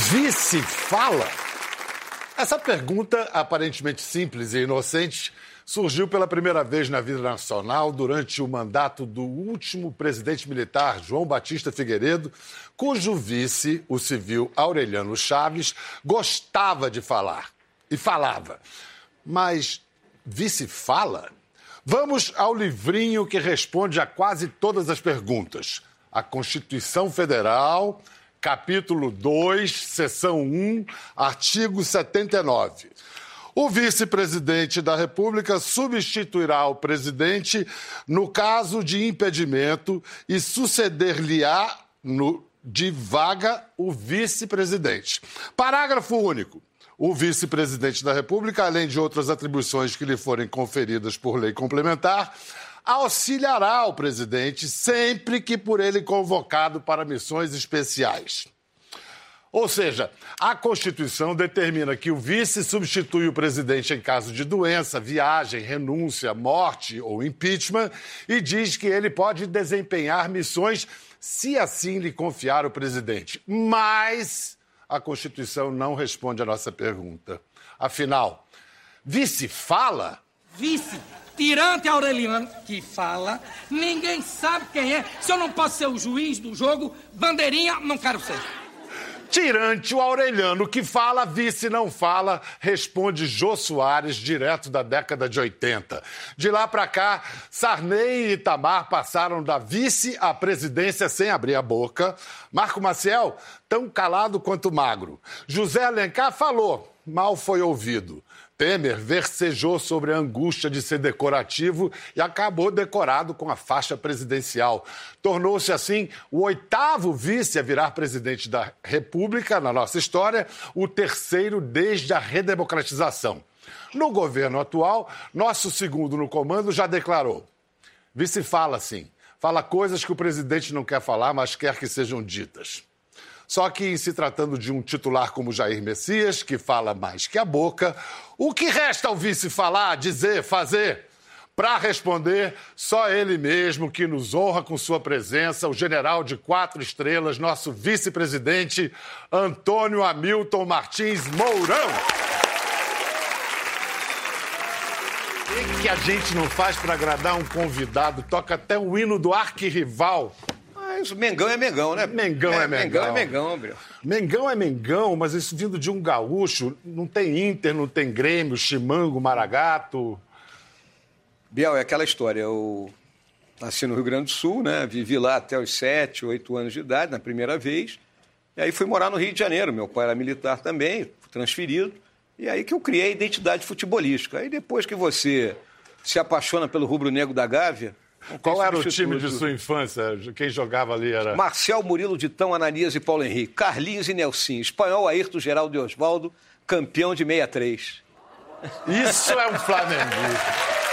Vice fala? Essa pergunta, aparentemente simples e inocente, surgiu pela primeira vez na vida nacional durante o mandato do último presidente militar, João Batista Figueiredo, cujo vice, o civil Aureliano Chaves, gostava de falar. E falava. Mas vice fala? Vamos ao livrinho que responde a quase todas as perguntas. A Constituição Federal, capítulo 2, seção 1, artigo 79. O vice-presidente da República substituirá o presidente no caso de impedimento e suceder-lhe-á de vaga o vice-presidente. Parágrafo único. O vice-presidente da República, além de outras atribuições que lhe forem conferidas por lei complementar, auxiliará o presidente sempre que por ele convocado para missões especiais. Ou seja, a Constituição determina que o vice substitui o presidente em caso de doença, viagem, renúncia, morte ou impeachment e diz que ele pode desempenhar missões se assim lhe confiar o presidente. Mas a Constituição não responde à nossa pergunta. Afinal, vice fala? Vice, tirante Aureliano, que fala, ninguém sabe quem é. Se eu não posso ser o juiz do jogo, bandeirinha, não quero ser. Tirante o Aureliano, que fala, vice não fala, responde Jô Soares, direto da década de 80. De lá pra cá, Sarney e Itamar passaram da vice à presidência sem abrir a boca. Marco Maciel, tão calado quanto magro. José Alencar falou, mal foi ouvido. Temer versejou sobre a angústia de ser decorativo e acabou decorado com a faixa presidencial. Tornou-se, assim, o 8º vice a virar presidente da República na nossa história, o 3º desde a redemocratização. No governo atual, nosso segundo no comando já declarou. Vice fala, sim. Fala coisas que o presidente não quer falar, mas quer que sejam ditas. Só que, em se tratando de um titular como Jair Messias, que fala mais que a boca, o que resta ao vice falar, dizer, fazer? Para responder, só ele mesmo, que nos honra com sua presença, o general de 4 estrelas, nosso vice-presidente, Antônio Hamilton Martins Mourão. O que a gente não faz para agradar um convidado? Toca até o hino do arquirrival. Mas Mengão é Mengão, né? Mengão é Mengão. Mengão é Mengão, Brio. Mengão é Mengão, mas isso vindo de um gaúcho, não tem Inter, não tem Grêmio, Chimango, Maragato. Biel, é aquela história. Eu nasci no Rio Grande do Sul, né? Vivi lá até os 7, 8 anos de idade, na primeira vez. E aí fui morar no Rio de Janeiro. Meu pai era militar também, fui transferido. E aí que eu criei a identidade futebolística. Aí depois que você se apaixona pelo rubro-negro da Gávea... Qual era o time de sua infância? Quem jogava ali era... Marcel, Murilo, Ditão, Ananias e Paulo Henrique. Carlinhos e Nelsinho. Espanhol, Ayrton, Geraldo e Osvaldo. Campeão de 63. Isso é um flamenguista.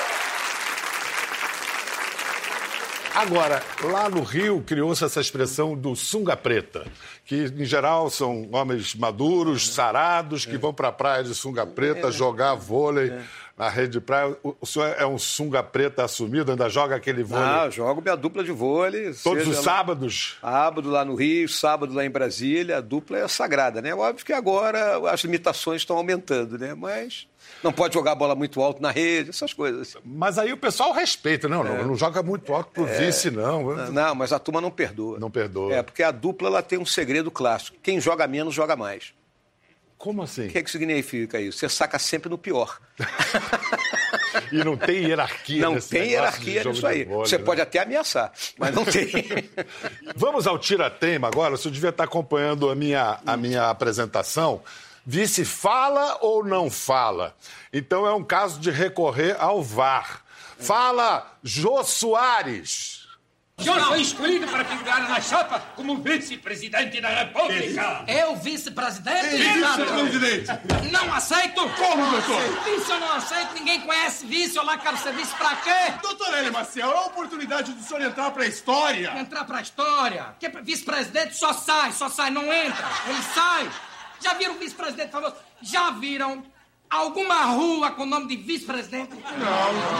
Agora, lá no Rio criou-se essa expressão do sunga preta, que em geral são homens maduros, sarados, que vão para a praia de sunga preta jogar vôlei na rede de praia. O senhor é um sunga preta assumido? Ainda joga aquele vôlei? Ah, jogo minha dupla de vôlei. Todos os sábados? Sábado lá no Rio, sábado lá em Brasília. A dupla é sagrada, né? Óbvio que agora as limitações estão aumentando, né? Mas... não pode jogar a bola muito alto na rede, essas coisas. Mas aí o pessoal respeita, não joga muito alto pro vice, não. Não, mas a turma não perdoa. Não perdoa. É, porque a dupla ela tem um segredo clássico. Quem joga menos, joga mais. Como assim? O que significa isso? Você saca sempre no pior. E não tem hierarquia. Não tem hierarquia nisso aí. Você pode até ameaçar, mas não tem. Vamos ao tira-teima agora. Você devia estar acompanhando a minha apresentação. Vice fala ou não fala? Então é um caso de recorrer ao VAR. Fala, Jô Soares. Eu fui escolhido para figurar na chapa como vice-presidente da República. Eu, vice-presidente? Vice-presidente. Não aceito. Como, doutor? Vice eu não aceito, ninguém conhece vice. Eu lá quero ser vice pra quê? Doutor Hélio Maciel, é a oportunidade do senhor entrar pra história. Entrar pra história? Que vice-presidente só sai, não entra. Ele sai. Já viram o vice-presidente famoso? Já viram alguma rua com o nome de vice-presidente? Não.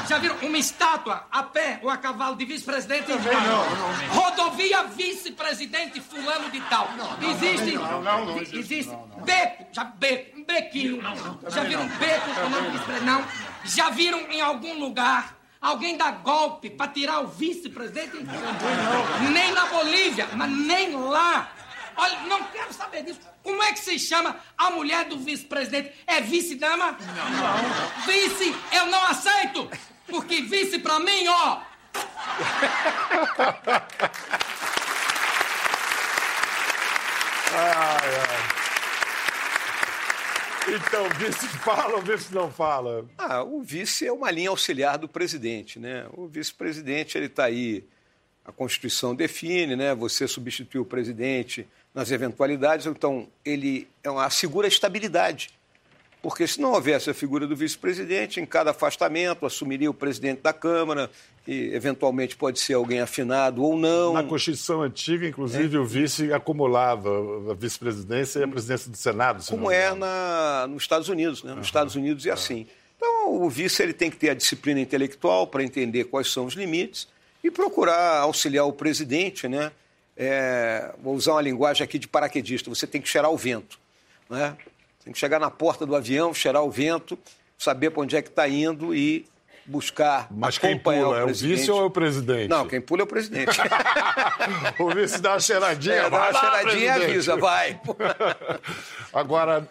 Já viram uma estátua a pé ou a cavalo de vice-presidente? Não. Rodovia vice-presidente fulano de tal. Existe. Não existe. Beco. Beco. Um bequinho. Já viram beco com o nome de vice-presidente? Não. Já viram em algum lugar alguém dar golpe para tirar o vice-presidente? Nem na Bolívia, mas nem lá. Olha, não quero saber disso. Como é que se chama a mulher do vice-presidente? É vice-dama? Não. Vice, eu não aceito. Porque vice pra mim, ó. Então, vice fala ou vice não fala? O vice é uma linha auxiliar do presidente, né? O vice-presidente, ele está aí, a Constituição define, né? Você substitui o presidente nas eventualidades, então ele assegura a estabilidade. Porque se não houvesse a figura do vice-presidente, em cada afastamento assumiria o presidente da Câmara, e eventualmente pode ser alguém afinado ou não. Na Constituição antiga, inclusive, o vice acumulava a vice-presidência e a presidência do Senado. Como nos Estados Unidos, né? Nos Estados Unidos é assim. Então, o vice ele tem que ter a disciplina intelectual para entender quais são os limites e procurar auxiliar o presidente, né? Vou usar uma linguagem aqui de paraquedista, você tem que cheirar o vento, né? Tem que chegar na porta do avião, cheirar o vento, saber para onde é que está indo e buscar Mas quem pula, é o vice ou é o presidente? Não, quem pula é o presidente. O vice dá uma cheiradinha, dá uma cheiradinha e avisa, vai. Agora,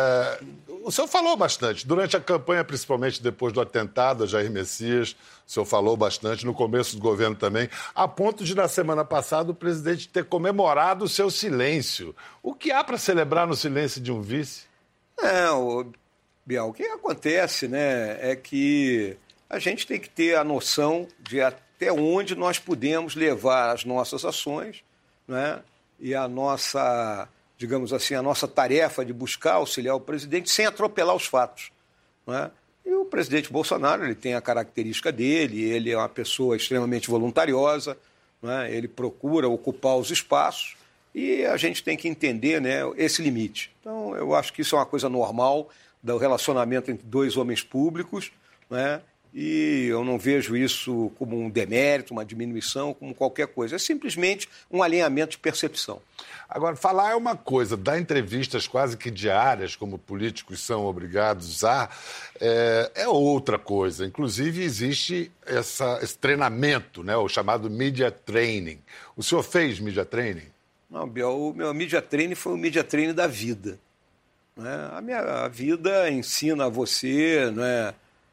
o senhor falou bastante. Durante a campanha, principalmente depois do atentado a Jair Messias, o senhor falou bastante, no começo do governo também, a ponto de, na semana passada, o presidente ter comemorado o seu silêncio. O que há para celebrar no silêncio de um vice? Bial, o que acontece, né, é que a gente tem que ter a noção de até onde nós podemos levar as nossas ações, né, e a nossa, digamos assim, a nossa tarefa de buscar auxiliar o presidente sem atropelar os fatos, né? E o presidente Bolsonaro, ele tem a característica dele, ele é uma pessoa extremamente voluntariosa, né, ele procura ocupar os espaços e a gente tem que entender, né, esse limite. Então, eu acho que isso é uma coisa normal do relacionamento entre dois homens públicos, né? E eu não vejo isso como um demérito, uma diminuição, como qualquer coisa. É simplesmente um alinhamento de percepção. Agora, falar é uma coisa, dar entrevistas quase que diárias, como políticos são obrigados a, é outra coisa. Inclusive, existe esse treinamento, né, o chamado media training. O senhor fez media training? Não, Biel, o meu media training foi o media training da vida, né? A vida ensina a você, né,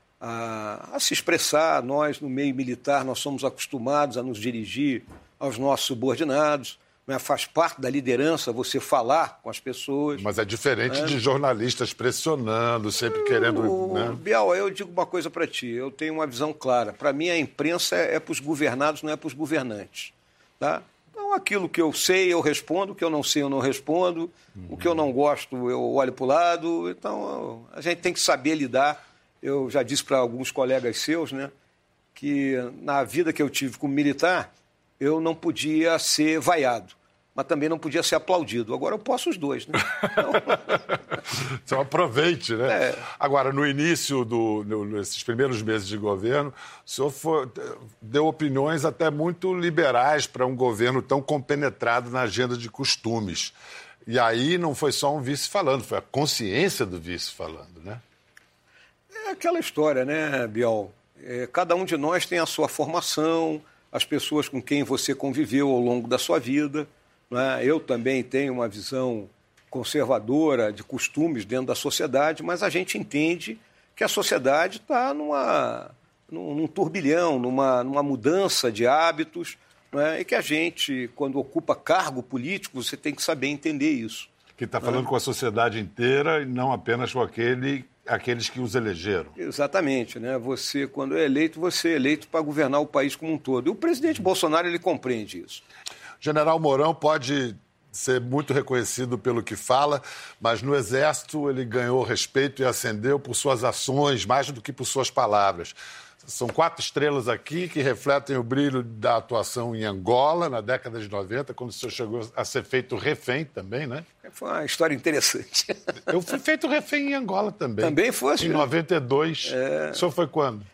a se expressar. Nós, no meio militar, nós somos acostumados a nos dirigir aos nossos subordinados, né? Faz parte da liderança você falar com as pessoas. Mas é diferente de jornalistas pressionando, sempre querendo... Né? Biel, eu digo uma coisa para ti, eu tenho uma visão clara. Para mim, a imprensa é para os governados, não é para os governantes, tá? Então, aquilo que eu sei, eu respondo. O que eu não sei, eu não respondo. O que eu não gosto, eu olho para o lado. Então, a gente tem que saber lidar. Eu já disse para alguns colegas seus, né, que na vida que eu tive como militar, eu não podia ser vaiado, mas também não podia ser aplaudido. Agora eu posso os dois, né? Então aproveite, né? Agora, no início, nesses primeiros meses de governo, o senhor deu opiniões até muito liberais para um governo tão compenetrado na agenda de costumes. E aí não foi só um vice falando, foi a consciência do vice falando, né? É aquela história, né, Bial? Cada um de nós tem a sua formação, as pessoas com quem você conviveu ao longo da sua vida, né? Eu também tenho uma visão conservadora de costumes dentro da sociedade, mas a gente entende que a sociedade está num turbilhão, numa mudança de hábitos, né? E que a gente, quando ocupa cargo político, você tem que saber entender isso. Que está falando com a sociedade inteira e não apenas com aqueles que os elegeram. Exatamente, né? Você, quando é eleito, você é eleito para governar o país como um todo. E o presidente Bolsonaro, ele compreende isso. General Mourão pode ser muito reconhecido pelo que fala, mas no Exército ele ganhou respeito e ascendeu por suas ações, mais do que por suas palavras. São 4 estrelas aqui que refletem o brilho da atuação em Angola, na década de 90, quando o senhor chegou a ser feito refém também, né? Foi uma história interessante. Eu fui feito refém em Angola também. Também fosse? Em 92. O senhor foi quando?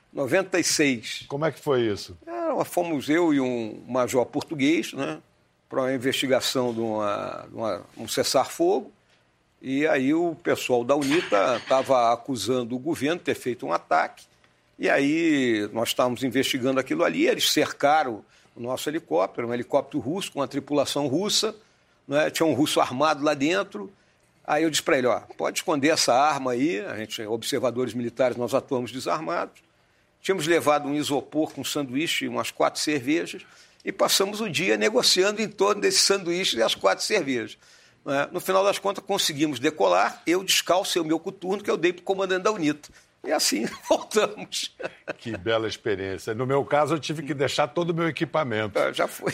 96. Como é que foi isso? Fomos eu e um major português, né, para uma investigação de um cessar-fogo. E aí o pessoal da UNITA estava acusando o governo de ter feito um ataque. E aí nós estávamos investigando aquilo ali, eles cercaram o nosso helicóptero, um helicóptero russo com a tripulação russa, né? Tinha um russo armado lá dentro. Aí eu disse para ele, pode esconder essa arma aí, a gente, observadores militares, nós atuamos desarmados. Tínhamos levado um isopor com sanduíche e umas 4 cervejas e passamos o dia negociando em torno desses sanduíches e as 4 cervejas. No final das contas, conseguimos decolar, eu descalcei o meu coturno que eu dei para o comandante da UNITA. E assim voltamos. Que bela experiência. No meu caso, eu tive que deixar todo o meu equipamento. Já foi.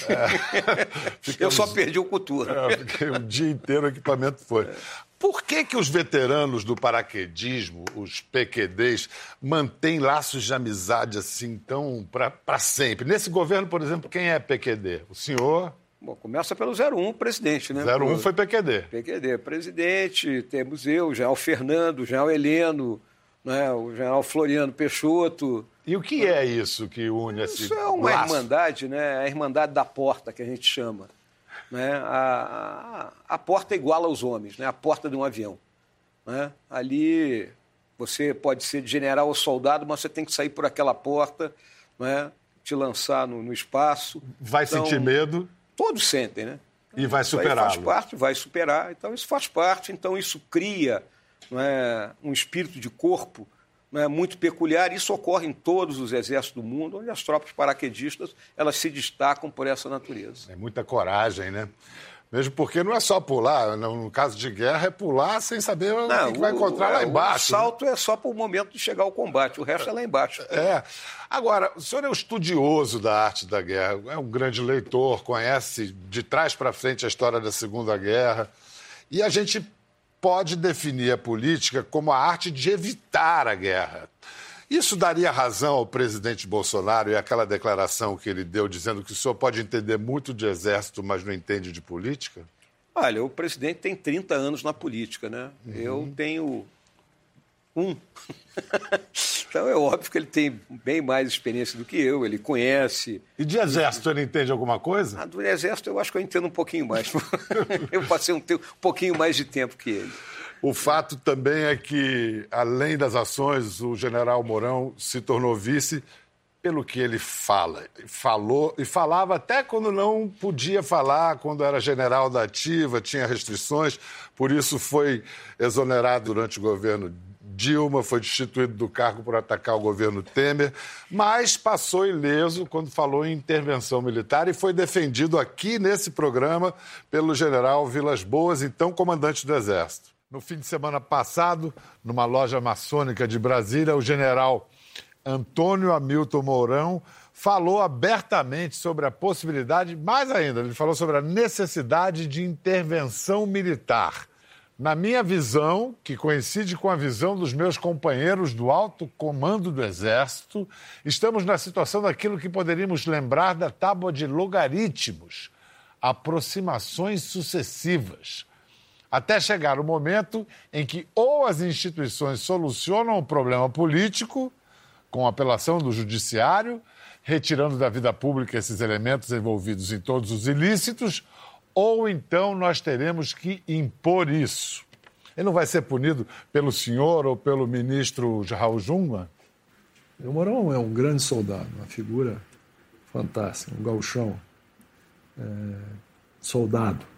Eu só perdi o coturno. Fiquei o dia inteiro, o equipamento foi. Por que os veteranos do paraquedismo, os PQDs, mantêm laços de amizade assim tão para sempre? Nesse governo, por exemplo, quem é PQD? O senhor? Bom, começa pelo 01, presidente, né? 01 foi PQD. PQD, presidente, temos eu, o general Fernando, o general Heleno, né, o general Floriano Peixoto. E o que é isso que une esse Isso é uma laço? irmandade, né? A irmandade da porta, que a gente chama. Né? A porta é igual aos homens, né? A porta de um avião. Né? Ali você pode ser de general ou soldado, mas você tem que sair por aquela porta, né? Te lançar no espaço. Vai sentir medo. Todos sentem, né? E vai superá-lo. Faz parte, vai superar. Então, isso faz parte. Então, isso cria, não é, um espírito de corpo, não é, muito peculiar. Isso ocorre em todos os exércitos do mundo, onde as tropas paraquedistas elas se destacam por essa natureza. É muita coragem, né? Mesmo porque não é só pular. No caso de guerra, é pular sem saber o que vai encontrar lá embaixo. O salto é só para o momento de chegar ao combate. O resto é lá embaixo. Agora, o senhor é um estudioso da arte da guerra, é um grande leitor, conhece de trás para frente a história da Segunda Guerra. E a gente pode definir a política como a arte de evitar a guerra. Isso daria razão ao presidente Bolsonaro e aquela declaração que ele deu dizendo que o senhor pode entender muito de exército, mas não entende de política? Olha, o presidente tem 30 anos na política, né? Eu tenho 1. Então é óbvio que ele tem bem mais experiência do que eu, ele conhece. E de exército ele entende alguma coisa? Do exército eu acho que eu entendo um pouquinho mais. Eu passei um pouquinho mais de tempo que ele. O fato também é que, além das ações, o general Mourão se tornou vice pelo que ele falou e falava até quando não podia falar, quando era general da ativa, tinha restrições, por isso foi exonerado durante o governo Dilma, foi destituído do cargo por atacar o governo Temer, mas passou ileso quando falou em intervenção militar e foi defendido aqui nesse programa pelo general Vilas Boas, então comandante do Exército. No fim de semana passado, numa loja maçônica de Brasília, o general Antônio Hamilton Mourão falou abertamente sobre a possibilidade, mais ainda, ele falou sobre a necessidade de intervenção militar. Na minha visão, que coincide com a visão dos meus companheiros do alto comando do Exército, estamos na situação daquilo que poderíamos lembrar da tábua de logaritmos, aproximações sucessivas, até chegar o momento em que ou as instituições solucionam o problema político, com apelação do judiciário, retirando da vida pública esses elementos envolvidos em todos os ilícitos, ou então nós teremos que impor isso. Ele não vai ser punido pelo senhor ou pelo ministro Raul Jungmann? O Mourão é um grande soldado, uma figura fantástica, um gauchão, soldado.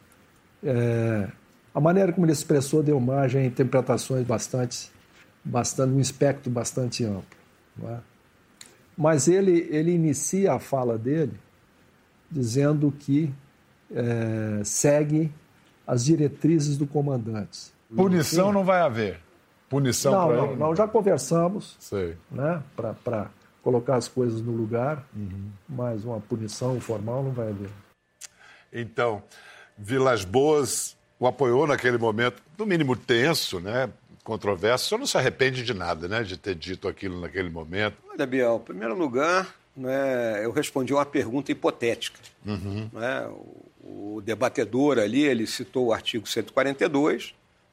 A maneira como ele expressou deu margem a interpretações um espectro bastante amplo. Não é? Mas ele inicia a fala dele dizendo que segue as diretrizes do comandante. Punição não vai haver. Punição para ele? Não, já conversamos. Sei. Né, para colocar as coisas no lugar, mas uma punição formal não vai haver. Então, Vilas Boas o apoiou naquele momento, no mínimo tenso, né? Controverso. O senhor não se arrepende de nada, né? De ter dito aquilo naquele momento? Olha, Biel, em primeiro lugar, né, eu respondi uma pergunta hipotética. Né? O debatedor ali, ele citou o artigo 142,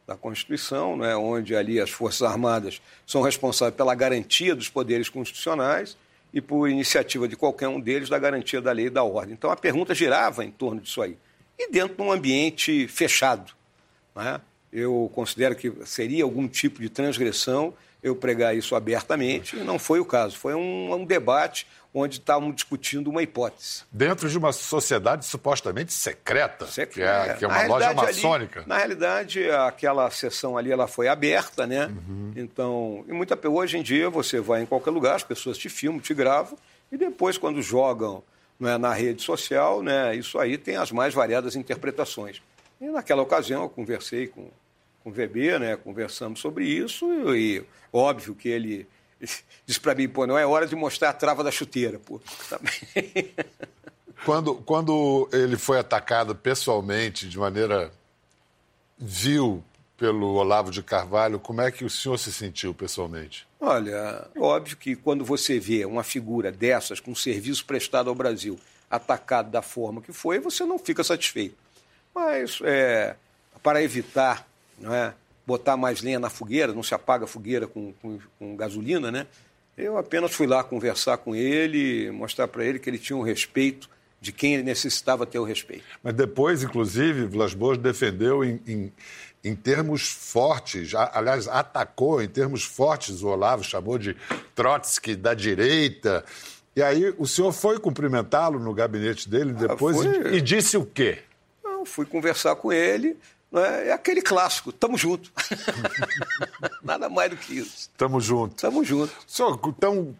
da Constituição, né, onde ali as Forças Armadas são responsáveis pela garantia dos poderes constitucionais e por iniciativa de qualquer um deles da garantia da lei e da ordem. Então a pergunta girava em torno disso aí. E dentro de um ambiente fechado, né, eu considero que seria algum tipo de transgressão eu pregar isso abertamente, e não foi o caso. Foi um debate onde estavam discutindo uma hipótese. Dentro de uma sociedade supostamente secreta. Que é uma loja maçônica. Ali, na realidade, aquela sessão ali ela foi aberta, né? Então, hoje em dia você vai em qualquer lugar, as pessoas te filmam, te gravam, e depois, quando jogam, né, na rede social, né, isso aí tem as mais variadas interpretações. E naquela ocasião eu conversei com o VB, né, conversamos sobre isso, e óbvio que ele disse para mim, não é hora de mostrar a trava da chuteira, também. Quando ele foi atacado pessoalmente, de maneira vil, pelo Olavo de Carvalho, como é que o senhor se sentiu pessoalmente? Olha, óbvio que quando você vê uma figura dessas, com serviço prestado ao Brasil, atacado da forma que foi, você não fica satisfeito. Mas, para evitar, não é, botar mais lenha na fogueira, não se apaga a fogueira com gasolina, né? Eu apenas fui lá conversar com ele, mostrar para ele que ele tinha um respeito de quem ele necessitava ter o respeito. Mas depois, inclusive, Vilas Boas defendeu em termos fortes, aliás, atacou em termos fortes o Olavo, chamou de Trotsky da direita. E aí o senhor foi cumprimentá-lo no gabinete dele depois e disse o quê? Não, fui conversar com ele. É aquele clássico, tamo junto. Nada mais do que isso. Tamo junto. Tamo junto. Senhor, tão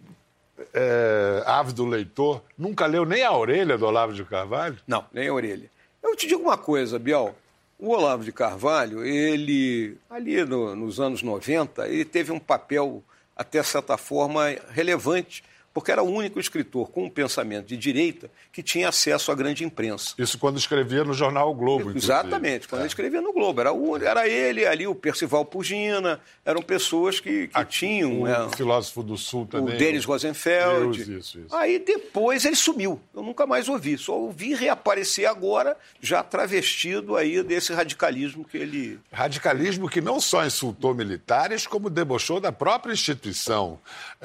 ávido leitor, nunca leu nem a orelha do Olavo de Carvalho? Não, nem a orelha. Eu te digo uma coisa, Bial. O Olavo de Carvalho, ele, ali nos anos 90, ele teve um papel, até certa forma, relevante, porque era o único escritor com um pensamento de direita que tinha acesso à grande imprensa. Isso quando escrevia no jornal o Globo, inclusive. Exatamente, quando ele escrevia no Globo. Era ele, ali o Percival Pugina, eram pessoas que tinham... O filósofo do Sul também. O Denis Rosenfeld. Isso. Aí depois ele sumiu. Eu nunca mais ouvi. Só ouvi reaparecer agora, já travestido aí desse radicalismo que ele... Radicalismo que não só insultou militares, como debochou da própria instituição.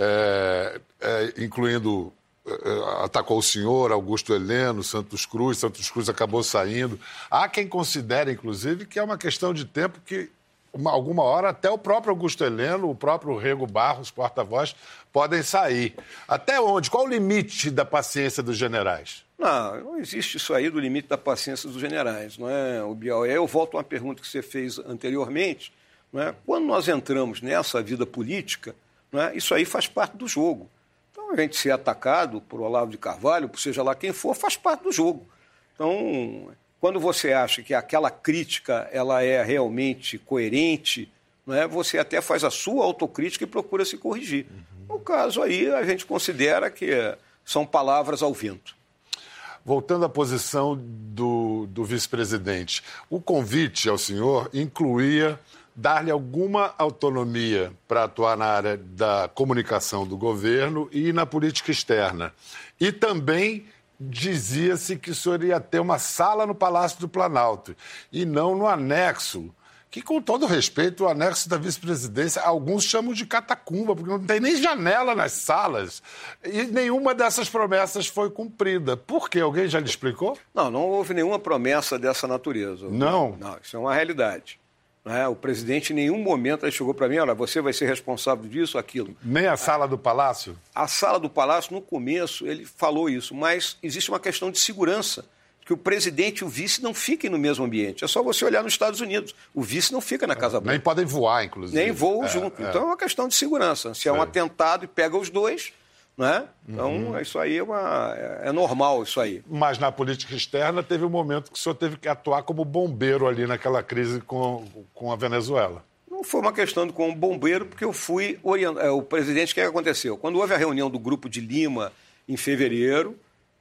Incluindo, atacou o senhor, Augusto Heleno, Santos Cruz acabou saindo. Há quem considere, inclusive, que é uma questão de tempo que, alguma hora, até o próprio Augusto Heleno, o próprio Rego Barros, porta-voz, podem sair. Até onde? Qual o limite da paciência dos generais? Não existe isso aí do limite da paciência dos generais, não é, o Bial? Eu volto a uma pergunta que você fez anteriormente, não é? Quando nós entramos nessa vida política, não é? Isso aí faz parte do jogo. Então, a gente ser atacado por Olavo de Carvalho, por seja lá quem for, faz parte do jogo. Então, quando você acha que aquela crítica ela é realmente coerente, não é? Você até faz a sua autocrítica e procura se corrigir. No caso aí, a gente considera que são palavras ao vento. Voltando à posição do vice-presidente, o convite ao senhor incluía dar-lhe alguma autonomia para atuar na área da comunicação do governo e na política externa. E também dizia-se que o senhor ia ter uma sala no Palácio do Planalto e não no anexo, que, com todo respeito, o anexo da vice-presidência, alguns chamam de catacumba, porque não tem nem janela nas salas. E nenhuma dessas promessas foi cumprida. Por quê? Alguém já lhe explicou? Não houve nenhuma promessa dessa natureza. Não? Não, isso é uma realidade. O presidente em nenhum momento chegou para mim, olha, você vai ser responsável disso, aquilo. Nem a sala do Palácio? A sala do Palácio, no começo, ele falou isso, mas existe uma questão de segurança, que o presidente e o vice não fiquem no mesmo ambiente. É só você olhar nos Estados Unidos. O vice não fica na Casa Branca. Nem podem voar, inclusive. Nem voam junto. Então é uma questão de segurança. Se é um atentado e pega os dois... Né? Então, isso aí é normal, isso aí. Mas na política externa teve um momento que o senhor teve que atuar como bombeiro ali naquela crise com a Venezuela. Não foi uma questão de como bombeiro, porque eu fui orientar. O presidente, o que aconteceu? Quando houve a reunião do Grupo de Lima, em fevereiro,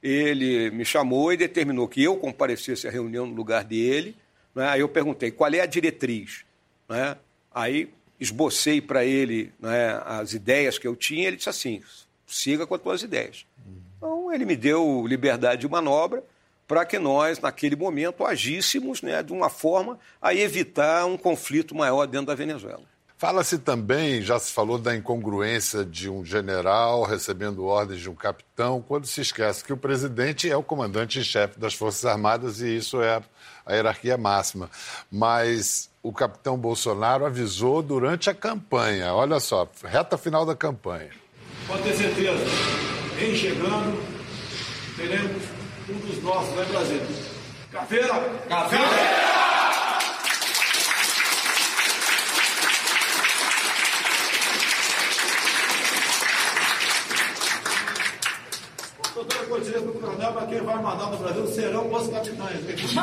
ele me chamou e determinou que eu comparecesse à reunião no lugar dele. Né? Aí eu perguntei, qual é a diretriz? Né? Aí esbocei para ele, né, as ideias que eu tinha, ele disse assim... siga com as tuas ideias. Então, ele me deu liberdade de manobra, para que nós, naquele momento, agíssemos, né, de uma forma a evitar um conflito maior dentro da Venezuela. Fala-se também, já se falou da incongruência de um general recebendo ordens de um capitão, quando se esquece que o presidente é o comandante-em-chefe das Forças Armadas e isso é a hierarquia máxima. Mas o capitão Bolsonaro avisou durante a campanha, olha só, reta final da campanha. Pode ter certeza, em chegando, teremos um dos nossos lá em Brasília. Cafeira! Cafeira! Toda a coincidência do coronel, para quem vai mandar no Brasil, serão os capitães.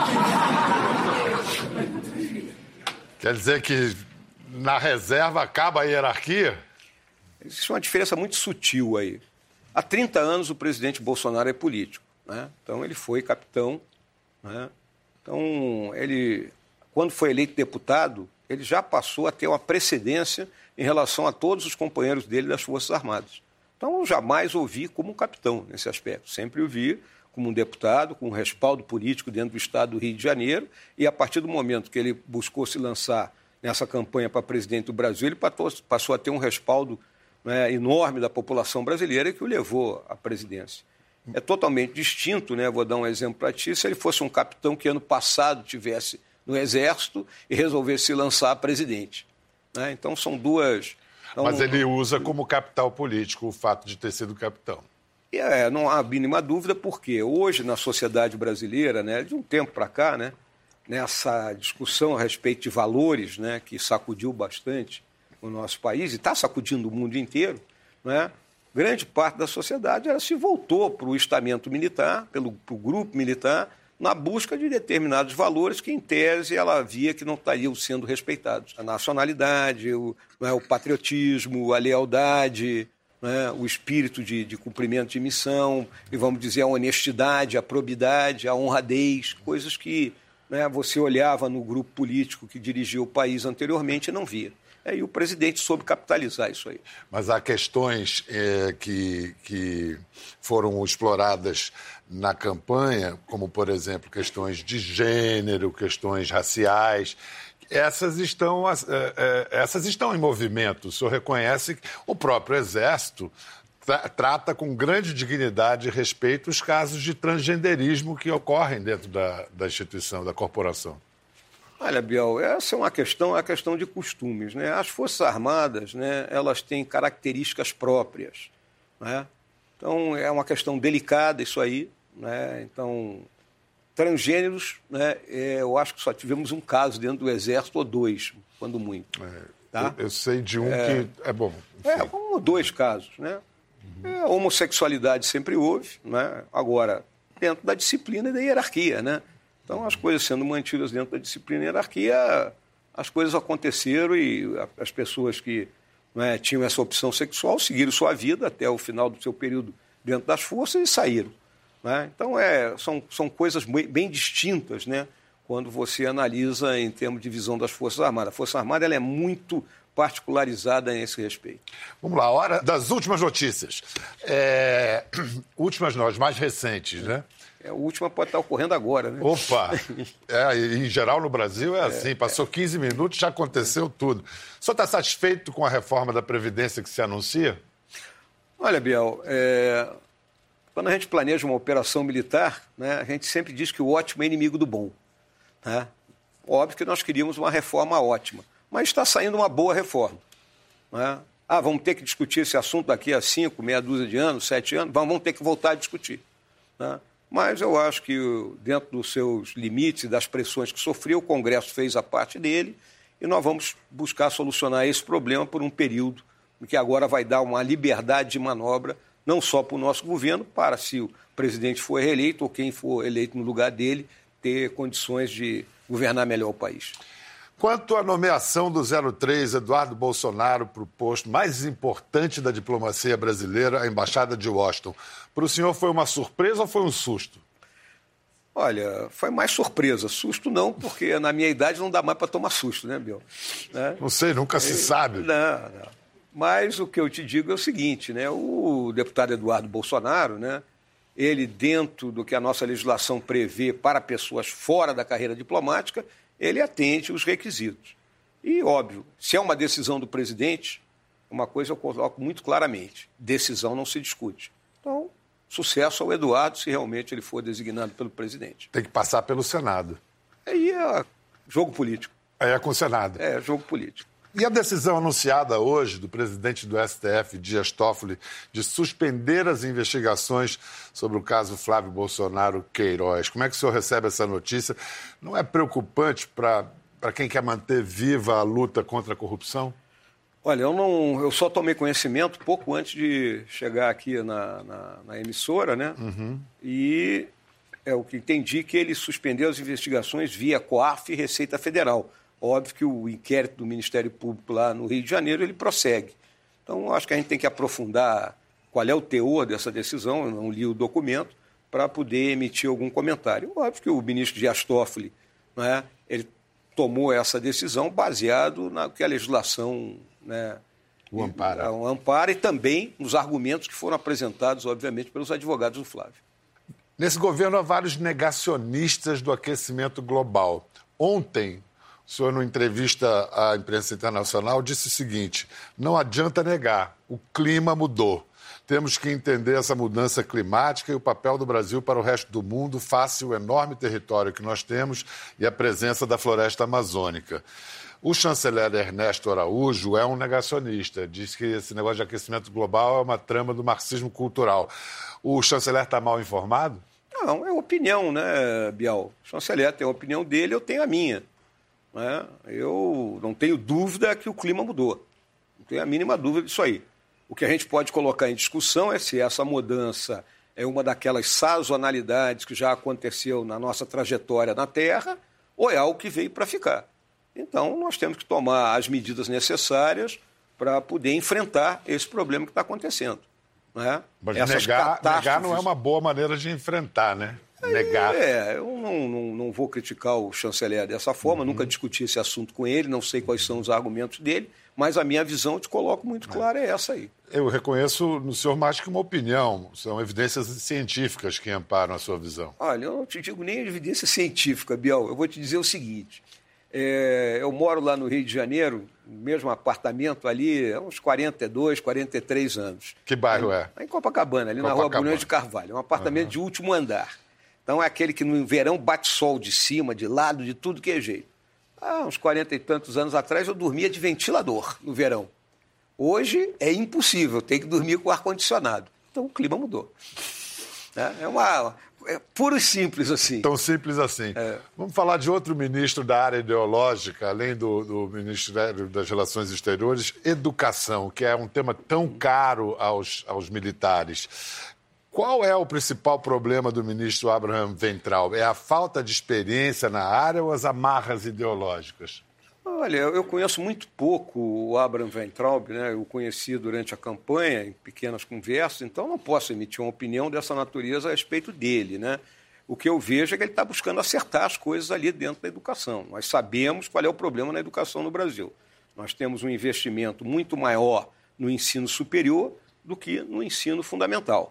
Quer dizer que na reserva acaba a hierarquia? Existe uma diferença muito sutil aí. Há 30 anos o presidente Bolsonaro é político, né? Então ele foi capitão, né? Então ele, quando foi eleito deputado, ele já passou a ter uma precedência em relação a todos os companheiros dele das Forças Armadas. Então eu jamais o vi como um capitão nesse aspecto, sempre o vi como um deputado, com um respaldo político dentro do estado do Rio de Janeiro, e a partir do momento que ele buscou se lançar nessa campanha para presidente do Brasil, ele passou a ter um respaldo, né, enorme da população brasileira que o levou à presidência. É totalmente distinto, né? Vou dar um exemplo para ti, se ele fosse um capitão que ano passado tivesse no Exército e resolvesse se lançar a presidente, né? Então são duas... Então, mas ele usa como capital político o fato de ter sido capitão. Não há a mínima dúvida, porque hoje na sociedade brasileira, né, de um tempo para cá, né, nessa discussão a respeito de valores, né, que sacudiu bastante o nosso país e está sacudindo o mundo inteiro, né, grande parte da sociedade ela se voltou para o estamento militar, para o grupo militar, na busca de determinados valores que, em tese, ela via que não estariam sendo respeitados. A nacionalidade, o patriotismo, a lealdade, né, o espírito de cumprimento de missão, e vamos dizer a honestidade, a probidade, a honradez, coisas que, né, você olhava no grupo político que dirigia o país anteriormente e não via. E o presidente soube capitalizar isso aí. Mas há questões que foram exploradas na campanha, como, por exemplo, questões de gênero, questões raciais. Essas estão em movimento. O senhor reconhece que o próprio Exército trata com grande dignidade e respeito os casos de transgenderismo que ocorrem dentro da instituição, da corporação. Olha, Biel, essa é uma questão de costumes, né? As Forças Armadas, né, elas têm características próprias, né? Então, é uma questão delicada isso aí, né? Então, transgêneros, né, eu acho que só tivemos um caso dentro do Exército, ou dois, quando muito. Tá? Eu sei de um que é bom. Um ou dois casos, né? A homossexualidade sempre houve, né? Agora, dentro da disciplina e da hierarquia, né? Então, as coisas sendo mantidas dentro da disciplina e hierarquia, as coisas aconteceram e as pessoas que, né, tinham essa opção sexual seguiram sua vida até o final do seu período dentro das forças e saíram, né? Então, são coisas bem distintas, né, quando você analisa em termos de visão das Forças Armadas. A Força Armada ela é muito particularizada nesse respeito. Vamos lá, hora das últimas notícias. Últimas não, as mais recentes, né? A última pode estar ocorrendo agora, né? Opa! Em geral, no Brasil é assim. Passou 15 minutos, já aconteceu tudo. O senhor está satisfeito com a reforma da Previdência que se anuncia? Olha, Biel, quando a gente planeja uma operação militar, né, a gente sempre diz que o ótimo é inimigo do bom, né? Óbvio que nós queríamos uma reforma ótima, mas está saindo uma boa reforma, né? Vamos ter que discutir esse assunto daqui a 5, meia dúzia de anos, 7 anos? Vamos ter que voltar a discutir, né? Mas eu acho que, dentro dos seus limites e das pressões que sofreu, o Congresso fez a parte dele e nós vamos buscar solucionar esse problema por um período que agora vai dar uma liberdade de manobra, não só para o nosso governo, para, se o presidente for reeleito ou quem for eleito no lugar dele, ter condições de governar melhor o país. Quanto à nomeação do 03 Eduardo Bolsonaro para o posto mais importante da diplomacia brasileira, a Embaixada de Washington, para o senhor foi uma surpresa ou foi um susto? Olha, foi mais surpresa. Susto não, porque na minha idade não dá mais para tomar susto, né, Biel? Né? Não sei, nunca se sabe. Não. Mas o que eu te digo é o seguinte, né? O deputado Eduardo Bolsonaro, né, ele, dentro do que a nossa legislação prevê para pessoas fora da carreira diplomática, ele atende os requisitos. E, óbvio, se é uma decisão do presidente, uma coisa eu coloco muito claramente, decisão não se discute. Então, sucesso ao Eduardo, se realmente ele for designado pelo presidente. Tem que passar pelo Senado. Aí é jogo político. Aí é com o Senado. É jogo político. E a decisão anunciada hoje do presidente do STF, Dias Toffoli, de suspender as investigações sobre o caso Flávio Bolsonaro Queiroz. Como é que o senhor recebe essa notícia? Não é preocupante para quem quer manter viva a luta contra a corrupção? Olha, eu só tomei conhecimento pouco antes de chegar aqui na emissora, né? E o que entendi que ele suspendeu as investigações via COAF e Receita Federal. Óbvio que o inquérito do Ministério Público lá no Rio de Janeiro, ele prossegue. Então, acho que a gente tem que aprofundar qual é o teor dessa decisão, eu não li o documento, para poder emitir algum comentário. Óbvio que o ministro Dias Toffoli, né, ele tomou essa decisão baseado na que a legislação, né, o ampara e também nos argumentos que foram apresentados, obviamente, pelos advogados do Flávio. Nesse governo há vários negacionistas do aquecimento global. Ontem, o senhor, numa entrevista à imprensa internacional, disse o seguinte: não adianta negar, o clima mudou. Temos que entender essa mudança climática e o papel do Brasil para o resto do mundo face o enorme território que nós temos e a presença da floresta amazônica. O chanceler Ernesto Araújo é um negacionista. Diz que esse negócio de aquecimento global é uma trama do marxismo cultural. O chanceler está mal informado? Não, é opinião, né, Bial? O chanceler tem a opinião dele, eu tenho a minha. Né? Eu não tenho dúvida que o clima mudou. Não tenho a mínima dúvida disso aí. O que a gente pode colocar em discussão é se essa mudança é uma daquelas sazonalidades que já aconteceu na nossa trajetória na Terra ou é algo que veio para ficar. Então, nós temos que tomar as medidas necessárias para poder enfrentar esse problema que está acontecendo. Né? Mas negar não é uma boa maneira de enfrentar, né? Negar. Eu não vou criticar o chanceler dessa forma, nunca discuti esse assunto com ele, não sei quais são os argumentos dele, mas a minha visão, eu te coloco muito clara, é essa aí. Eu reconheço no senhor mais que uma opinião, são evidências científicas que amparam a sua visão. Olha, eu não te digo nem evidência científica, Biel, eu vou te dizer o seguinte, eu moro lá no Rio de Janeiro, no mesmo apartamento ali, há uns 42, 43 anos. Que bairro é? Em Copacabana, ali na Rua Bulhões de Carvalho, é um apartamento de último andar. Então é aquele que no verão bate sol de cima, de lado, de tudo que é jeito. Há uns 40 e tantos anos atrás eu dormia de ventilador no verão. Hoje é impossível, tem que dormir com ar-condicionado. Então o clima mudou. É puro e simples assim. Tão simples assim. Vamos falar de outro ministro da área ideológica, além do Ministério das Relações Exteriores, educação, que é um tema tão caro aos militares. Qual é o principal problema do ministro Abraham Weintraub? É a falta de experiência na área ou as amarras ideológicas? Olha, eu conheço muito pouco o Abraham Weintraub, né? Eu o conheci durante a campanha, em pequenas conversas, então não posso emitir uma opinião dessa natureza a respeito dele, né? O que eu vejo é que ele está buscando acertar as coisas ali dentro da educação. Nós sabemos qual é o problema na educação no Brasil. Nós temos um investimento muito maior no ensino superior do que no ensino fundamental.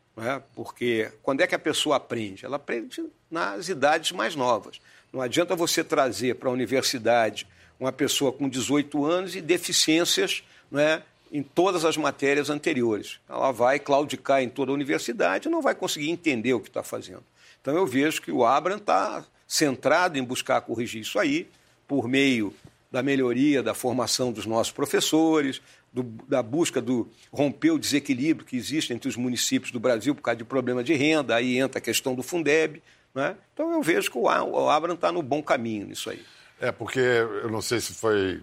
Porque quando é que a pessoa aprende? Ela aprende nas idades mais novas. Não adianta você trazer para a universidade uma pessoa com 18 anos e deficiências, em todas as matérias anteriores. Ela vai claudicar em toda a universidade e não vai conseguir entender o que está fazendo. Então eu vejo que o Abraham está centrado em buscar corrigir isso aí, por meio da melhoria da formação dos nossos professores, da busca do romper o desequilíbrio que existe entre os municípios do Brasil por causa de problema de renda, aí entra a questão do Fundeb. Né? Então eu vejo que o Abraham está no bom caminho nisso aí. Porque eu não sei se foi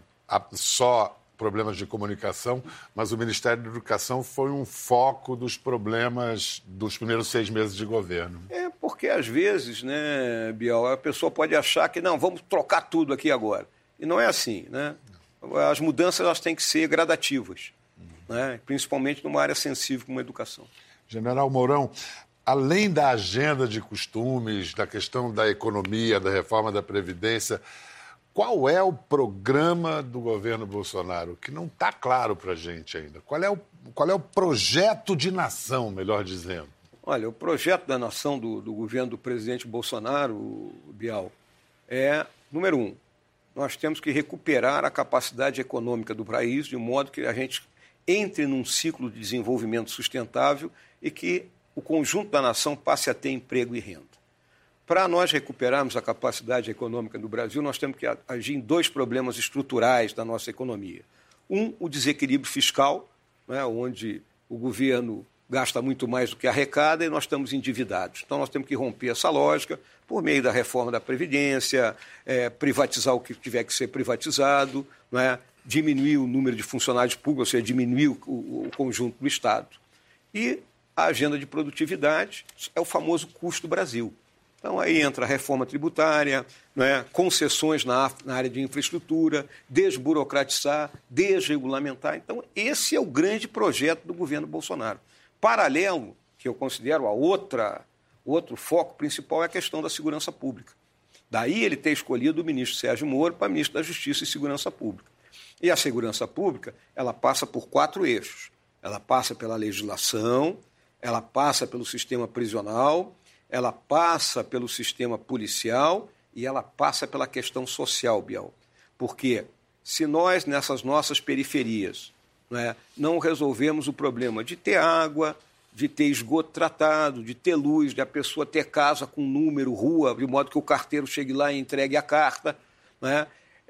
só problemas de comunicação, mas o Ministério da Educação foi um foco dos problemas dos primeiros 6 meses de governo. Porque às vezes, né, Bial, a pessoa pode achar que não, vamos trocar tudo aqui agora. E não é assim, né? As mudanças elas têm que ser gradativas, né? Principalmente numa área sensível como a educação. General Mourão, além da agenda de costumes, da questão da economia, da reforma da Previdência, qual é o programa do governo Bolsonaro? Que não está claro para a gente ainda. Qual é o projeto de nação, melhor dizendo? Olha, o projeto da nação do governo do presidente Bolsonaro, Bial, é, número 1, nós temos que recuperar a capacidade econômica do país de modo que a gente entre num ciclo de desenvolvimento sustentável e que o conjunto da nação passe a ter emprego e renda. Para nós recuperarmos a capacidade econômica do Brasil, nós temos que agir em 2 problemas estruturais da nossa economia. Um, o desequilíbrio fiscal, né, onde o governo gasta muito mais do que arrecada e nós estamos endividados. Então, nós temos que romper essa lógica por meio da reforma da Previdência, privatizar o que tiver que ser privatizado, né, diminuir o número de funcionários públicos, ou seja, diminuir o conjunto do Estado. E a agenda de produtividade é o famoso custo Brasil. Então, aí entra a reforma tributária, né, concessões na área de infraestrutura, desburocratizar, desregulamentar. Então, esse é o grande projeto do governo Bolsonaro. Paralelo, que eu considero outro foco principal, é a questão da segurança pública. Daí ele ter escolhido o ministro Sérgio Moro para ministro da Justiça e Segurança Pública. E a segurança pública, ela passa por 4 eixos. Ela passa pela legislação, ela passa pelo sistema prisional, ela passa pelo sistema policial e ela passa pela questão social, Bial. Porque se nós, nessas nossas periferias, né, não resolvemos o problema de ter água, de ter esgoto tratado, de ter luz, de a pessoa ter casa com número, rua, de modo que o carteiro chegue lá e entregue a carta, né,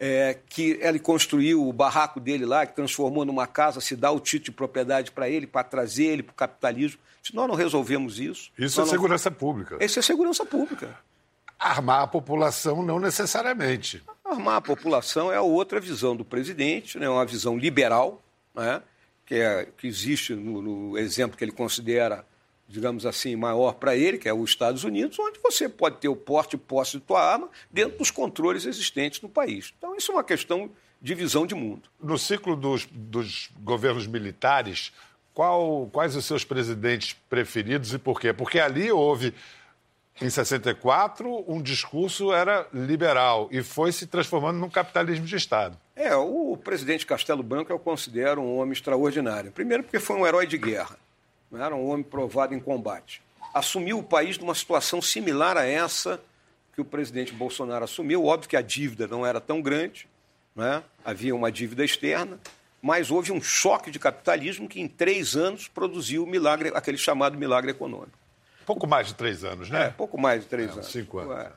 que ele construiu o barraco dele lá, que transformou numa casa, se dá o título de propriedade para ele, para trazer ele para o capitalismo. Se nós não resolvemos isso... Isso é segurança pública. Isso é segurança pública. Armar a população não necessariamente. Armar a população é a outra visão do presidente, né, uma visão liberal, né, que existe no exemplo que ele considera, digamos assim, maior para ele, que é os Estados Unidos, onde você pode ter o porte e posse de tua arma dentro dos controles existentes no país. Então, isso é uma questão de visão de mundo. No ciclo dos governos militares, quais os seus presidentes preferidos e por quê? Porque ali houve, em 64, um discurso era liberal e foi se transformando num capitalismo de Estado. O presidente Castelo Branco eu considero um homem extraordinário. Primeiro porque foi um herói de guerra, não era um homem provado em combate. Assumiu o país numa situação similar a essa que o presidente Bolsonaro assumiu. Óbvio que a dívida não era tão grande, né? Havia uma dívida externa, mas houve um choque de capitalismo que em 3 anos produziu o milagre, aquele chamado milagre econômico. Pouco mais de 3 anos, né? Pouco mais de 3 anos. 5 anos.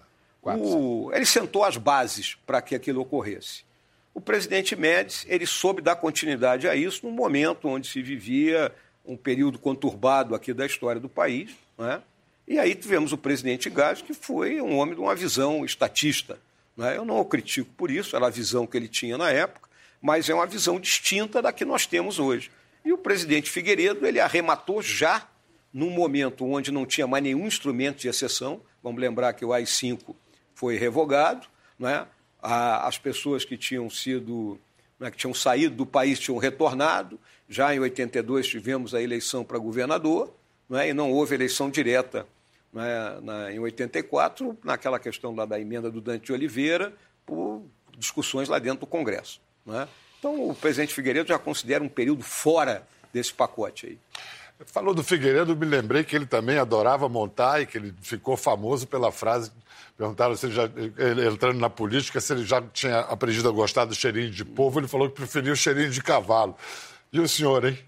Ele sentou as bases para que aquilo ocorresse. O presidente Médici, ele soube dar continuidade a isso num momento onde se vivia um período conturbado aqui da história do país, né? E aí tivemos o presidente Gás, que foi um homem de uma visão estatista, né? Eu não o critico por isso, era a visão que ele tinha na época, mas é uma visão distinta da que nós temos hoje. E o presidente Figueiredo, ele arrematou já num momento onde não tinha mais nenhum instrumento de exceção. Vamos lembrar que o AI-5 foi revogado, né? As pessoas que tinham sido, né, que tinham saído do país tinham retornado. Já em 82 tivemos a eleição para governador, né, e não houve eleição direta, né, em 84, naquela questão lá da emenda do Dante de Oliveira, por discussões lá dentro do Congresso, né? Então o presidente Figueiredo já considera um período fora desse pacote aí. Falou do Figueiredo, me lembrei que ele também adorava montar e que ele ficou famoso pela frase, perguntaram se ele entrando na política, se ele já tinha aprendido a gostar do cheirinho de polvo, ele falou que preferia o cheirinho de cavalo. E o senhor, hein?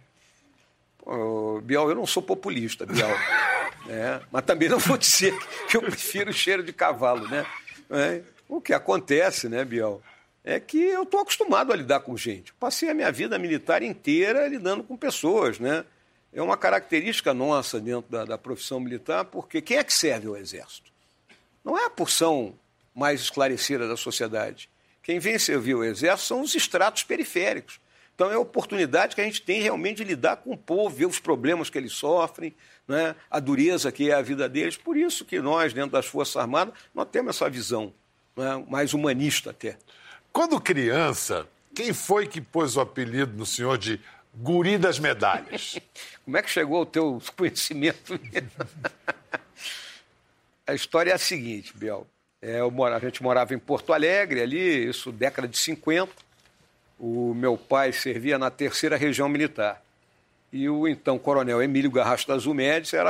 Bial, eu não sou populista, Bial. Mas também não vou dizer que eu prefiro o cheiro de cavalo, né? O que acontece, né, Bial, é que eu estou acostumado a lidar com gente. Passei a minha vida militar inteira lidando com pessoas, né? É uma característica nossa dentro da profissão militar, porque quem é que serve ao Exército? Não é a porção mais esclarecida da sociedade. Quem vem servir o Exército são os estratos periféricos. Então é a oportunidade que a gente tem realmente de lidar com o povo, ver os problemas que eles sofrem, né? A dureza que é a vida deles. Por isso que nós, dentro das Forças Armadas, nós temos essa visão, né, mais humanista até. Quando criança, quem foi que pôs o apelido no senhor de Guri das Medalhas? Como é que chegou o teu conhecimento? A história é a seguinte, Biel. A gente morava em Porto Alegre, ali, isso década de 50. O meu pai servia na 3ª Região Militar. E o então coronel Emílio Garrastazu Médici era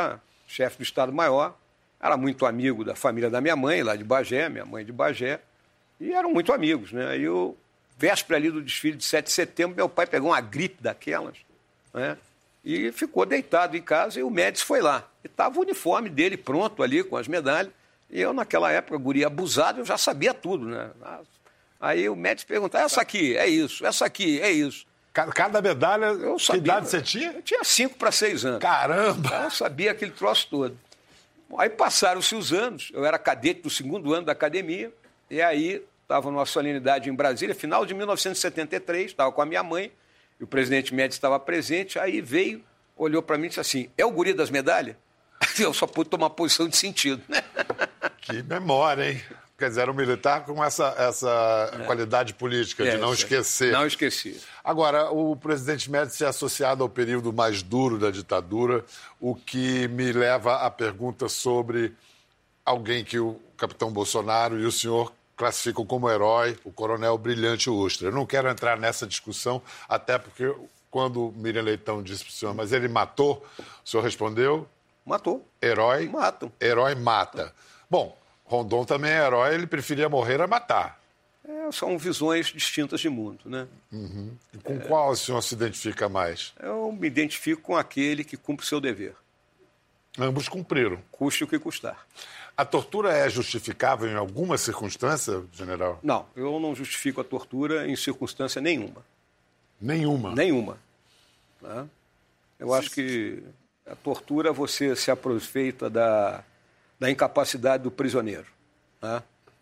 chefe do Estado-Maior, era muito amigo da família da minha mãe, lá de Bagé, minha mãe de Bagé, e eram muito amigos, né? Aí véspera ali do desfile de 7 de setembro, meu pai pegou uma gripe daquelas, né? E ficou deitado em casa e o Médici foi lá. E estava o uniforme dele pronto ali com as medalhas. E eu, naquela época, guri abusado, eu já sabia tudo, né? Aí o Médici perguntou, essa aqui é isso, essa aqui é isso. Cada medalha, eu sabia, que idade você tinha? Eu tinha 5 para 6 anos. Caramba! Eu sabia aquele troço todo. Aí passaram-se os anos, eu era cadete do 2º ano da academia, e aí estava numa solenidade em Brasília, final de 1973, estava com a minha mãe, e o presidente Médici estava presente, aí veio, olhou para mim e disse assim, é o guri das medalhas? Eu só pude tomar posição de sentido, né? Que memória, hein? Quer dizer, era um militar com essa qualidade política, de não esquecer. Não esqueci. Agora, o presidente Médici é associado ao período mais duro da ditadura, o que me leva à pergunta sobre alguém que o capitão Bolsonaro e o senhor classificam como herói, o coronel Brilhante Ustra. Eu não quero entrar nessa discussão, até porque quando Miriam Leitão disse para o senhor, mas ele matou, o senhor respondeu? Matou. Herói? Matam. Herói mata. Bom, Rondon também é herói, ele preferia morrer a matar. São visões distintas de mundo, né? Uhum. E com qual o senhor se identifica mais? Eu me identifico com aquele que cumpre o seu dever. Ambos cumpriram. Custe o que custar. A tortura é justificável em alguma circunstância, general? Não, eu não justifico a tortura em circunstância nenhuma. Nenhuma? Nenhuma. Tá? Eu acho que a tortura você se aproveita da incapacidade do prisioneiro. Tá?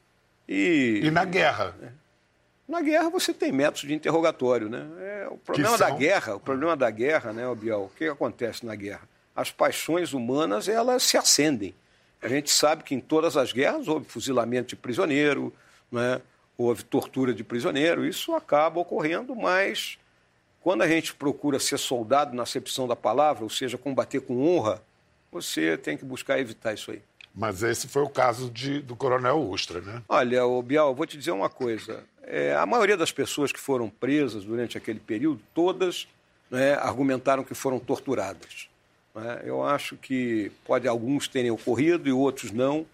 E na guerra? Na guerra você tem métodos de interrogatório, né? O problema da guerra, né, Biel, o que acontece na guerra? As paixões humanas, elas se acendem. A gente sabe que em todas as guerras houve fuzilamento de prisioneiro, né? Houve tortura de prisioneiro, isso acaba ocorrendo, mas quando a gente procura ser soldado na acepção da palavra, ou seja, combater com honra, você tem que buscar evitar isso aí. Mas esse foi o caso do coronel Ustra, né? Olha, Biel, eu vou te dizer uma coisa. A maioria das pessoas que foram presas durante aquele período, todas, né, argumentaram que foram torturadas. Né? Eu acho que pode alguns terem ocorrido e outros não,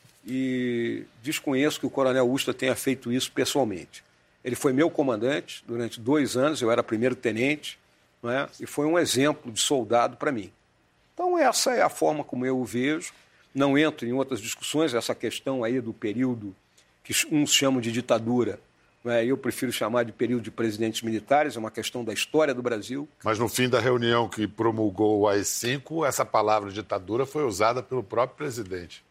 e desconheço que o coronel Ustra tenha feito isso pessoalmente. Ele foi meu comandante durante 2 anos, eu era primeiro-tenente, né, e foi um exemplo de soldado para mim. Então, essa é a forma como eu o vejo. Não entro em outras discussões, essa questão aí do período que uns chamam de ditadura, né? Eu prefiro chamar de período de presidentes militares, é uma questão da história do Brasil. Mas no fim da reunião que promulgou o AI-5, essa palavra ditadura foi usada pelo próprio presidente.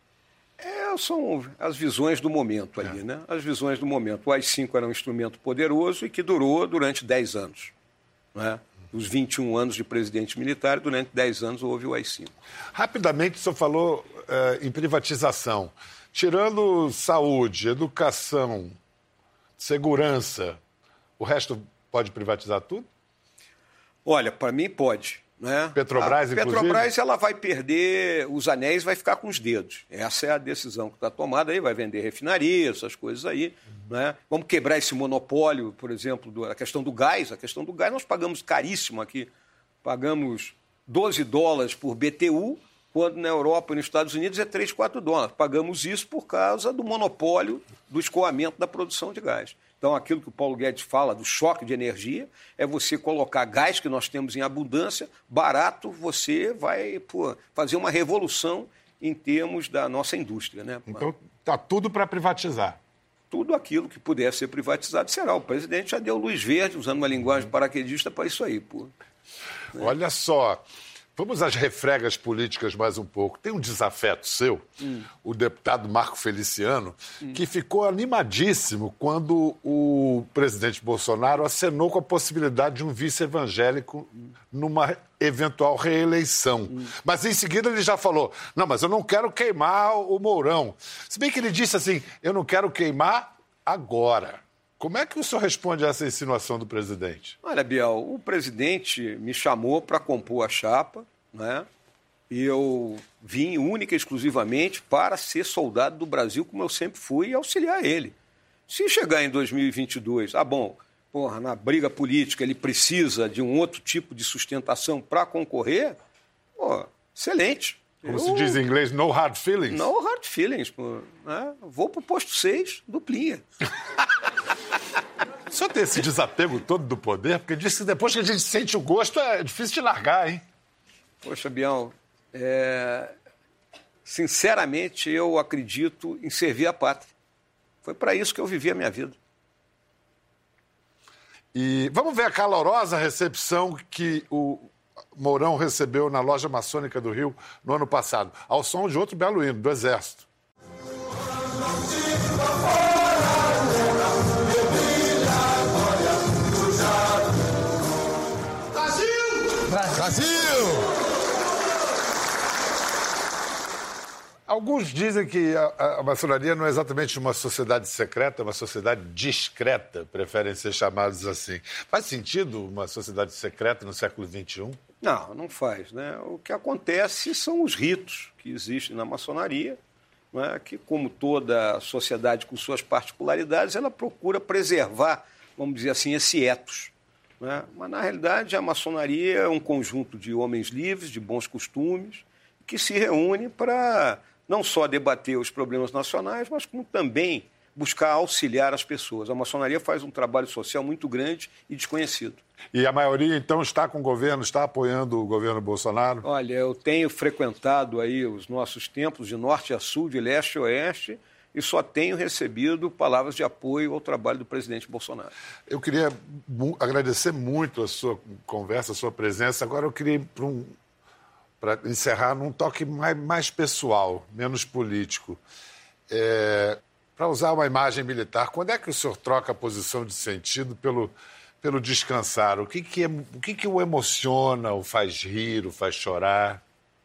São as visões do momento ali, né? As visões do momento. O AI-5 era um instrumento poderoso e que durou durante 10 anos, né? Os 21 anos de presidente militar, durante 10 anos houve o AI-5. Rapidamente, o senhor falou em privatização. Tirando saúde, educação, segurança, o resto pode privatizar tudo? Olha, para mim pode. Né? Petrobras, inclusive? Petrobras, ela vai perder os anéis, vai ficar com os dedos. Essa é a decisão que está tomada aí, vai vender refinaria, essas coisas aí. Né? Vamos quebrar esse monopólio, por exemplo, a questão do gás. A questão do gás nós pagamos caríssimo aqui. Pagamos $12 por BTU, quando na Europa e nos Estados Unidos é $3, $4. Pagamos isso por causa do monopólio do escoamento da produção de gás. Então, aquilo que o Paulo Guedes fala do choque de energia é você colocar gás que nós temos em abundância, barato, você vai fazer uma revolução em termos da nossa indústria. Né? Então, está tudo para privatizar. Tudo aquilo que puder ser privatizado será. O presidente já deu luz verde, usando uma linguagem paraquedista, para isso aí. Olha só. Vamos às refregas políticas mais um pouco. Tem um desafeto seu, o deputado Marco Feliciano, que ficou animadíssimo quando o presidente Bolsonaro acenou com a possibilidade de um vice evangélico numa eventual reeleição. Mas em seguida ele já falou, não, mas eu não quero queimar o Mourão. Se bem que ele disse assim, eu não quero queimar agora. Como é que o senhor responde a essa insinuação do presidente? Olha, Biel, o presidente me chamou para compor a chapa, né? E eu vim única e exclusivamente para ser soldado do Brasil, como eu sempre fui, e auxiliar ele. Se chegar em 2022, na briga política ele precisa de um outro tipo de sustentação para concorrer, excelente. Como se diz em inglês, no hard feelings? No hard feelings, pô. Né? Vou pro posto 6, duplinha. O senhor tem esse desapego todo do poder? Porque diz que depois que a gente sente o gosto, é difícil de largar, hein? Poxa, Bial, sinceramente, eu acredito em servir a pátria. Foi para isso que eu vivi a minha vida. E vamos ver a calorosa recepção que o Mourão recebeu na loja maçônica do Rio no ano passado, ao som de outro belo hino, do Exército. Brasil! Alguns dizem que a maçonaria não é exatamente uma sociedade secreta, é uma sociedade discreta, preferem ser chamados assim. Faz sentido uma sociedade secreta no século XXI? Não, não faz, né? O que acontece são os ritos que existem na maçonaria, né? Que, como toda sociedade com suas particularidades, ela procura preservar, vamos dizer assim, esse ethos. Né? Mas, na realidade, a maçonaria é um conjunto de homens livres, de bons costumes, que se reúne para não só debater os problemas nacionais, mas como também buscar auxiliar as pessoas. A maçonaria faz um trabalho social muito grande e desconhecido. E a maioria, então, está com o governo, está apoiando o governo Bolsonaro? Olha, eu tenho frequentado aí os nossos templos de norte a sul, de leste a oeste, e só tenho recebido palavras de apoio ao trabalho do presidente Bolsonaro. Eu queria agradecer muito a sua conversa, a sua presença. Agora eu queria ir para encerrar num toque mais pessoal, menos político. Para usar uma imagem militar, quando é que o senhor troca a posição de sentido pelo descansar? O que o emociona, o faz rir, o faz chorar?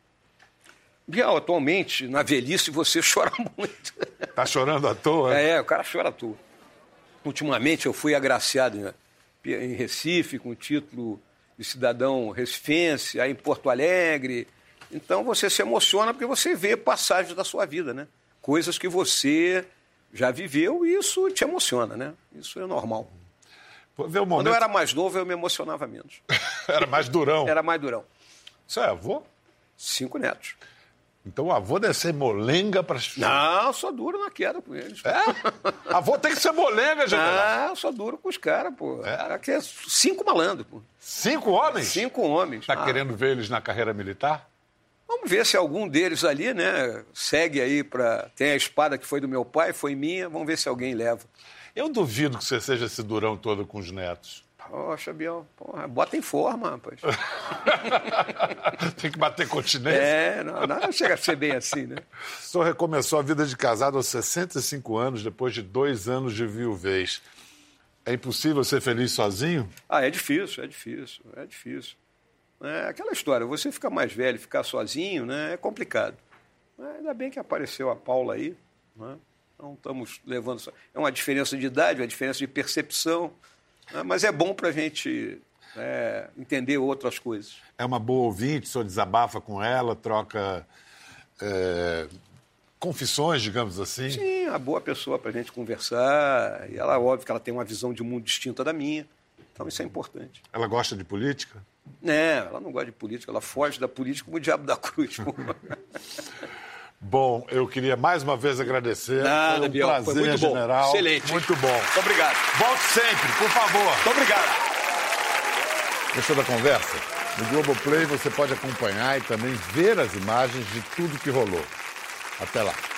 Bial, atualmente, na velhice, você chora muito. Está chorando à toa? O cara chora à toa. Ultimamente, eu fui agraciado em Recife, com o título de cidadão recifense, aí em Porto Alegre. Então, você se emociona porque você vê passagens da sua vida, né? Coisas que você já viveu e isso te emociona, né? Isso é normal. Quando eu era mais novo, eu me emocionava menos. Era mais durão? Era mais durão. Você é avô? 5 netos. Então o avô deve ser molenga para... Não, sou duro na queda com eles. Avô tem que ser molenga, general. Eu sou duro com os caras, pô. Aqui é 5 malandros, pô. 5 homens? 5 homens. Tá querendo ver eles na carreira militar? Vamos ver se algum deles ali, né, segue aí para... Tem a espada que foi do meu pai, foi minha, vamos ver se alguém leva. Eu duvido que você seja esse durão todo com os netos. Poxa, Biel, bota em forma, rapaz. Tem que bater continência. Não chega a ser bem assim, né? O senhor recomeçou a vida de casado aos 65 anos, depois de 2 anos de viuvez. É impossível ser feliz sozinho? É difícil. É aquela história, você ficar mais velho, ficar sozinho, né, é complicado. Ainda bem que apareceu a Paula aí, né? Então estamos levando... É uma diferença de idade, uma diferença de percepção, né? Mas é bom para a gente entender outras coisas. É uma boa ouvinte, o senhor desabafa com ela, troca confissões, digamos assim? Sim, é uma boa pessoa para a gente conversar. E ela, óbvio que ela tem uma visão de mundo distinta da minha, então isso é importante. Ela gosta de política? Ela não gosta de política, ela foge da política como o diabo da cruz. Bom, eu queria mais uma vez agradecer. Nada, foi um Biel, prazer, foi muito bom. general. Excelente. Muito bom. Muito obrigado. Volte sempre, por favor. Muito obrigado. Gostou da conversa? No Globoplay você pode acompanhar e também ver as imagens de tudo que rolou. Até lá.